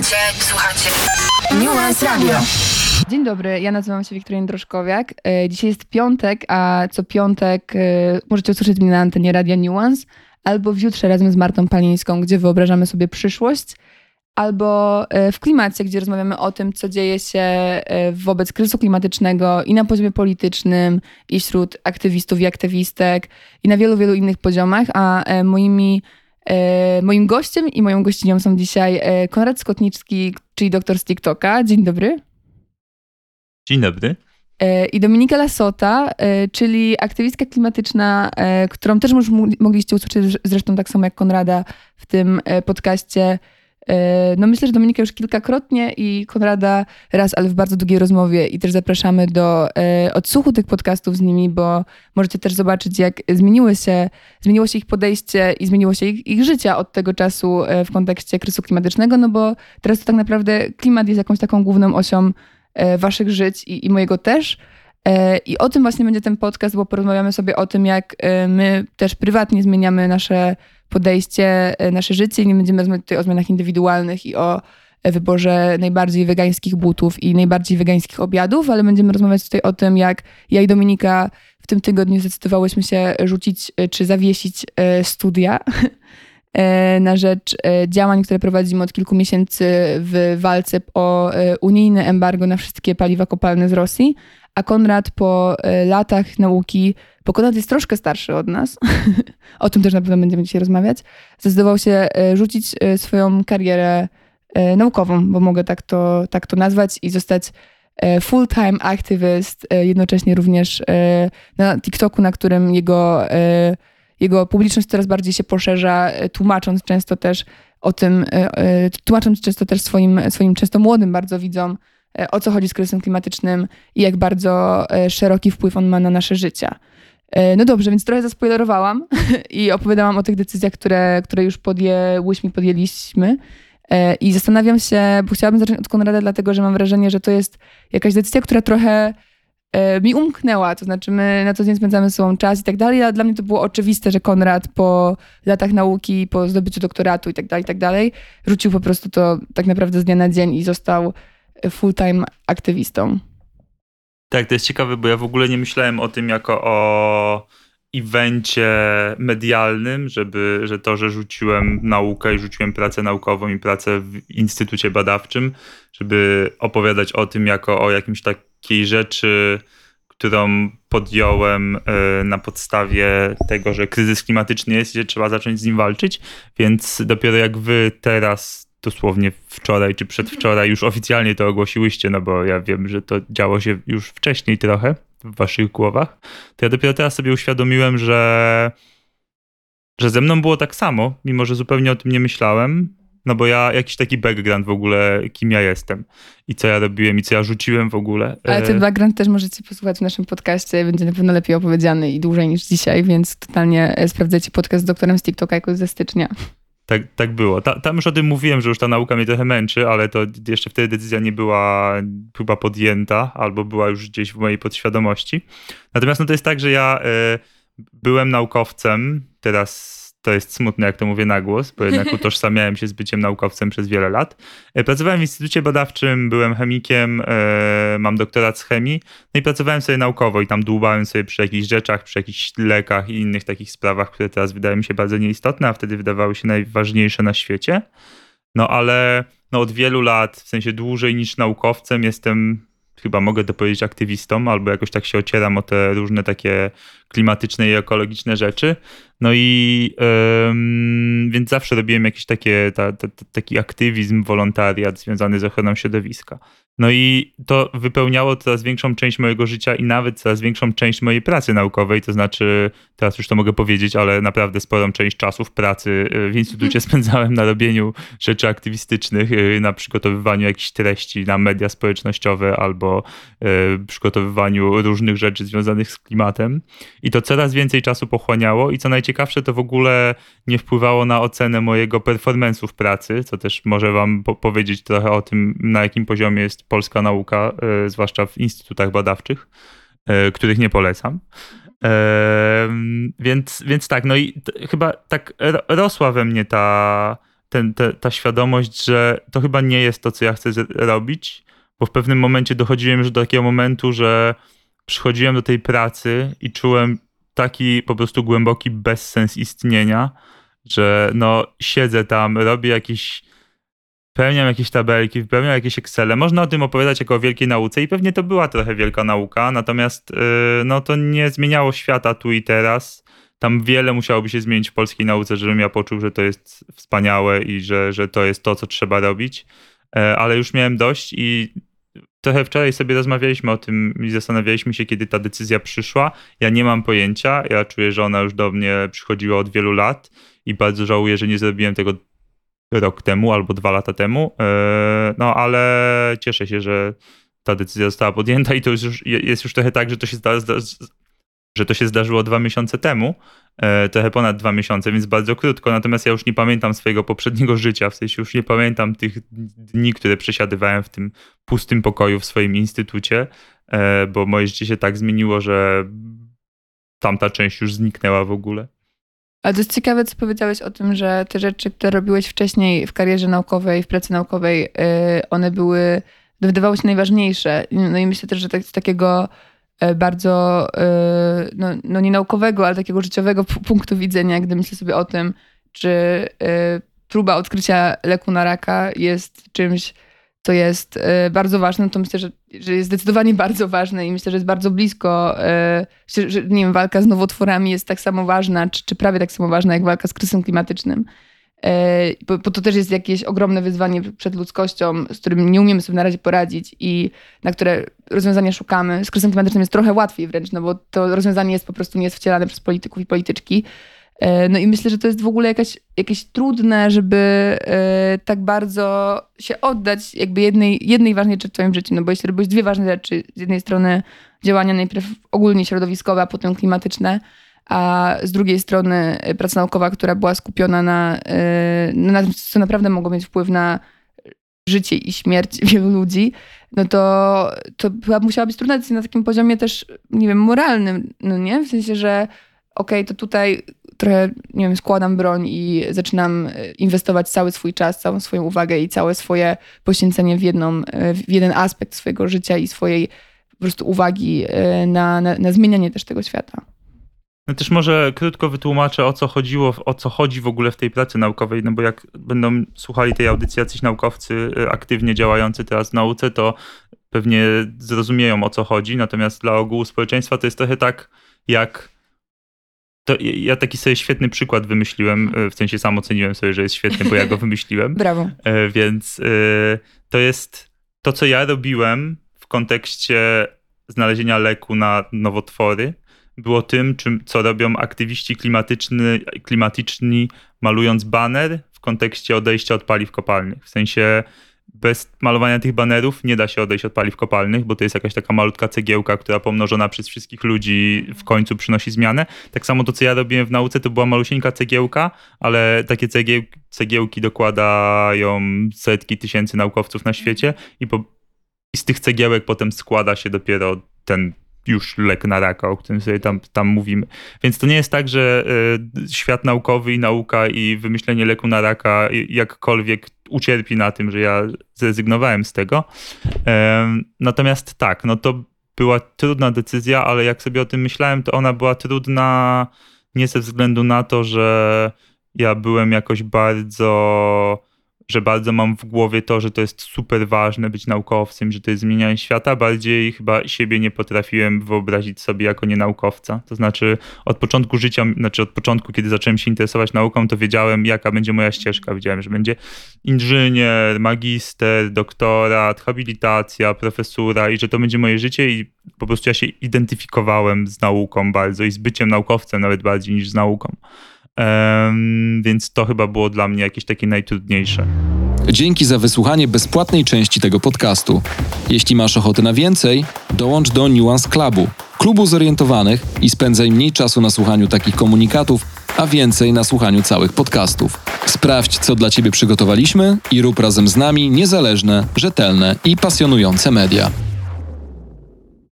Słuchacie Nuance Radio. Dzień dobry, ja nazywam się Wiktoria Droszkowiak. Dzisiaj jest piątek, a co piątek możecie usłyszeć mnie na antenie Radia Nuance albo w Jutrze razem z Martą Palińską, gdzie wyobrażamy sobie przyszłość, albo w Klimacie, gdzie rozmawiamy o tym, co dzieje się wobec kryzysu klimatycznego i na poziomie politycznym, i wśród aktywistów i aktywistek, i na wielu, wielu innych poziomach, a moim gościem i moją gościnią są dzisiaj Konrad Skotnicki, czyli doktor z TikToka. Dzień dobry. Dzień dobry. I Dominika Lasota, czyli aktywistka klimatyczna, którą też już mogliście usłyszeć zresztą tak samo jak Konrada w tym podcaście. No myślę, że Dominika już kilkakrotnie i Konrada raz, ale w bardzo długiej rozmowie i też zapraszamy do odsłuchu tych podcastów z nimi, bo możecie też zobaczyć, jak zmieniło się ich podejście i zmieniło się ich życia od tego czasu w kontekście kryzysu klimatycznego, no bo teraz to tak naprawdę klimat jest jakąś taką główną osią waszych żyć i mojego też. I o tym właśnie będzie ten podcast, bo porozmawiamy sobie o tym, jak my też prywatnie zmieniamy nasze podejście, nasze życie i nie będziemy rozmawiać tutaj o zmianach indywidualnych i o wyborze najbardziej wegańskich butów i najbardziej wegańskich obiadów, ale będziemy rozmawiać tutaj o tym, jak ja i Dominika w tym tygodniu zdecydowałyśmy się rzucić czy zawiesić studia na rzecz działań, które prowadzimy od kilku miesięcy w walce o unijne embargo na wszystkie paliwa kopalne z Rosji, a Konrad po latach nauki, bo Konrad jest troszkę starszy od nas, o tym też na pewno będziemy dzisiaj rozmawiać, zdecydował się rzucić swoją karierę naukową, bo mogę tak to nazwać, i zostać full-time activist, jednocześnie również na TikToku, na którym jego publiczność coraz bardziej się poszerza, tłumacząc często też swoim często młodym bardzo widzom, o co chodzi z kryzysem klimatycznym i jak bardzo szeroki wpływ on ma na nasze życia. No dobrze, więc trochę zaspoilerowałam i opowiadałam o tych decyzjach, które już podjęliśmy. I zastanawiam się, bo chciałabym zacząć od Konrada, dlatego że mam wrażenie, że to jest jakaś decyzja, która trochę mi umknęła, to znaczy my na co dzień spędzamy ze sobą czas i tak dalej, a dla mnie to było oczywiste, że Konrad po latach nauki, po zdobyciu doktoratu i tak dalej, rzucił po prostu to tak naprawdę z dnia na dzień i został full-time aktywistą. Tak, to jest ciekawe, bo ja w ogóle nie myślałem o tym jako o evencie medialnym, że rzuciłem naukę i rzuciłem pracę naukową i pracę w instytucie badawczym, żeby opowiadać o tym jako o jakimś takiej rzeczy, którą podjąłem na podstawie tego, że kryzys klimatyczny jest i że trzeba zacząć z nim walczyć, więc dopiero jak wy teraz dosłownie wczoraj czy przedwczoraj już oficjalnie to ogłosiłyście, no bo ja wiem, że to działo się już wcześniej trochę w waszych głowach, to ja dopiero teraz sobie uświadomiłem, że ze mną było tak samo, mimo że zupełnie o tym nie myślałem, no bo ja jakiś taki background w ogóle, kim ja jestem i co ja robiłem i co ja rzuciłem w ogóle. Ale ten background też możecie posłuchać w naszym podcaście, będzie na pewno lepiej opowiedziany i dłużej niż dzisiaj, więc totalnie sprawdzajcie podcast z doktorem z TikToka jakoś ze stycznia. Tak było. Tam już o tym mówiłem, że już ta nauka mnie trochę męczy, ale to jeszcze wtedy decyzja nie była chyba podjęta, albo była już gdzieś w mojej podświadomości. Natomiast no to jest tak, że ja byłem naukowcem, teraz to jest smutne, jak to mówię na głos, bo jednak utożsamiałem się z byciem naukowcem przez wiele lat. Pracowałem w instytucie badawczym, byłem chemikiem, mam doktorat z chemii, no i pracowałem sobie naukowo i tam dłubałem sobie przy jakichś rzeczach, przy jakichś lekach i innych takich sprawach, które teraz wydają mi się bardzo nieistotne, a wtedy wydawały się najważniejsze na świecie. No ale od wielu lat, w sensie dłużej niż naukowcem, jestem, chyba mogę to powiedzieć, aktywistą, albo jakoś tak się ocieram o te różne takie klimatyczne i ekologiczne rzeczy. No i więc zawsze robiłem jakiś taki aktywizm, wolontariat związany z ochroną środowiska. No i to wypełniało coraz większą część mojego życia i nawet coraz większą część mojej pracy naukowej, to znaczy, teraz już to mogę powiedzieć, ale naprawdę sporą część czasu w pracy w instytucie spędzałem na robieniu rzeczy aktywistycznych, na przygotowywaniu jakichś treści na media społecznościowe albo przygotowywaniu różnych rzeczy związanych z klimatem. I to coraz więcej czasu pochłaniało i co najciekawsze, to w ogóle nie wpływało na ocenę mojego performance'u w pracy, co też może wam powiedzieć trochę o tym, na jakim poziomie jest polska nauka, zwłaszcza w instytutach badawczych, których nie polecam. Więc tak, no i chyba tak rosła we mnie ta świadomość, że to chyba nie jest to, co ja chcę robić, bo w pewnym momencie dochodziłem już do takiego momentu, że przychodziłem do tej pracy i czułem taki po prostu głęboki bezsens istnienia, że no siedzę tam, wypełniam jakieś tabelki, wypełniam jakieś Excele. Można o tym opowiadać jako o wielkiej nauce i pewnie to była trochę wielka nauka, natomiast no to nie zmieniało świata tu i teraz. Tam wiele musiałoby się zmienić w polskiej nauce, żebym ja poczuł, że to jest wspaniałe i że to jest to, co trzeba robić. Ale już miałem dość i trochę wczoraj sobie rozmawialiśmy o tym i zastanawialiśmy się, kiedy ta decyzja przyszła. Ja nie mam pojęcia. Ja czuję, że ona już do mnie przychodziła od wielu lat i bardzo żałuję, że nie zrobiłem tego rok temu albo 2 lata temu. No ale cieszę się, że ta decyzja została podjęta i to jest już trochę tak, że to się zdarzyło 2 miesiące temu, trochę ponad 2 miesiące, więc bardzo krótko, natomiast ja już nie pamiętam swojego poprzedniego życia, w sensie już nie pamiętam tych dni, które przesiadywałem w tym pustym pokoju w swoim instytucie, bo moje życie się tak zmieniło, że tamta część już zniknęła w ogóle. Ale to jest ciekawe, co powiedziałeś o tym, że te rzeczy, które robiłeś wcześniej w karierze naukowej, w pracy naukowej, one wydawały się najważniejsze. No i myślę też, że z takiego bardzo no nie naukowego, ale takiego życiowego punktu widzenia, gdy myślę sobie o tym, czy próba odkrycia leku na raka jest czymś, co jest bardzo ważne, to myślę, że jest zdecydowanie bardzo ważne i myślę, że jest bardzo blisko, że nie wiem, walka z nowotworami jest tak samo ważna, czy prawie tak samo ważna, jak walka z kryzysem klimatycznym. Bo to też jest jakieś ogromne wyzwanie przed ludzkością, z którym nie umiemy sobie na razie poradzić i na które rozwiązania szukamy. Z kryzysem klimatycznym jest trochę łatwiej wręcz, no bo to rozwiązanie jest po prostu nie jest wcielane przez polityków i polityczki. No i myślę, że to jest w ogóle jakieś trudne, żeby tak bardzo się oddać jakby jednej ważnej rzeczy w twoim życiu. No bo jeśli robisz 2 ważne rzeczy, z jednej strony działania najpierw ogólnie środowiskowe, a potem klimatyczne, a z drugiej strony praca naukowa, która była skupiona na tym, co naprawdę mogło mieć wpływ na życie i śmierć wielu ludzi, no to chyba musiała być trudna decyzja na takim poziomie też, nie wiem, moralnym, no nie? W sensie, że okej, to tutaj trochę, nie wiem, składam broń i zaczynam inwestować cały swój czas, całą swoją uwagę i całe swoje poświęcenie w jeden aspekt swojego życia i swojej po prostu uwagi na zmienianie też tego świata. No też może krótko wytłumaczę, o co chodzi w ogóle w tej pracy naukowej, no bo jak będą słuchali tej audycji jacyś naukowcy aktywnie działający teraz w nauce, to pewnie zrozumieją, o co chodzi, natomiast dla ogółu społeczeństwa to jest trochę tak, jak ja taki sobie świetny przykład wymyśliłem, w sensie sam oceniłem sobie, że jest świetny, bo ja go wymyśliłem. Brawo. Więc to jest to, co ja robiłem w kontekście znalezienia leku na nowotwory, było tym, co robią aktywiści klimatyczni, malując baner w kontekście odejścia od paliw kopalnych. W sensie bez malowania tych banerów nie da się odejść od paliw kopalnych, bo to jest jakaś taka malutka cegiełka, która pomnożona przez wszystkich ludzi w końcu przynosi zmianę. Tak samo to, co ja robiłem w nauce, to była malusieńka cegiełka, ale takie cegiełki dokładają setki tysięcy naukowców na świecie i z tych cegiełek potem składa się dopiero ten już lek na raka, o którym sobie tam mówimy. Więc to nie jest tak, że świat naukowy i nauka i wymyślenie leku na raka jakkolwiek ucierpi na tym, że ja zrezygnowałem z tego. Natomiast tak, no to była trudna decyzja, ale jak sobie o tym myślałem, to ona była trudna nie ze względu na to, że ja byłem jakoś bardzo mam w głowie to, że to jest super ważne być naukowcem, że to jest zmienianie świata, bardziej chyba siebie nie potrafiłem wyobrazić sobie jako nienaukowca. To znaczy od początku, kiedy zacząłem się interesować nauką, to wiedziałem, jaka będzie moja ścieżka. Wiedziałem, że będzie inżynier, magister, doktorat, habilitacja, profesura i że to będzie moje życie i po prostu ja się identyfikowałem z nauką bardzo i z byciem naukowcem nawet bardziej niż z nauką. Więc to chyba było dla mnie jakieś takie najtrudniejsze. Dzięki za wysłuchanie bezpłatnej części tego podcastu. Jeśli masz ochotę na więcej, dołącz do Nuance Clubu, klubu zorientowanych i spędzaj mniej czasu na słuchaniu takich komunikatów, a więcej na słuchaniu całych podcastów. Sprawdź, co dla Ciebie przygotowaliśmy i rób razem z nami niezależne, rzetelne i pasjonujące media.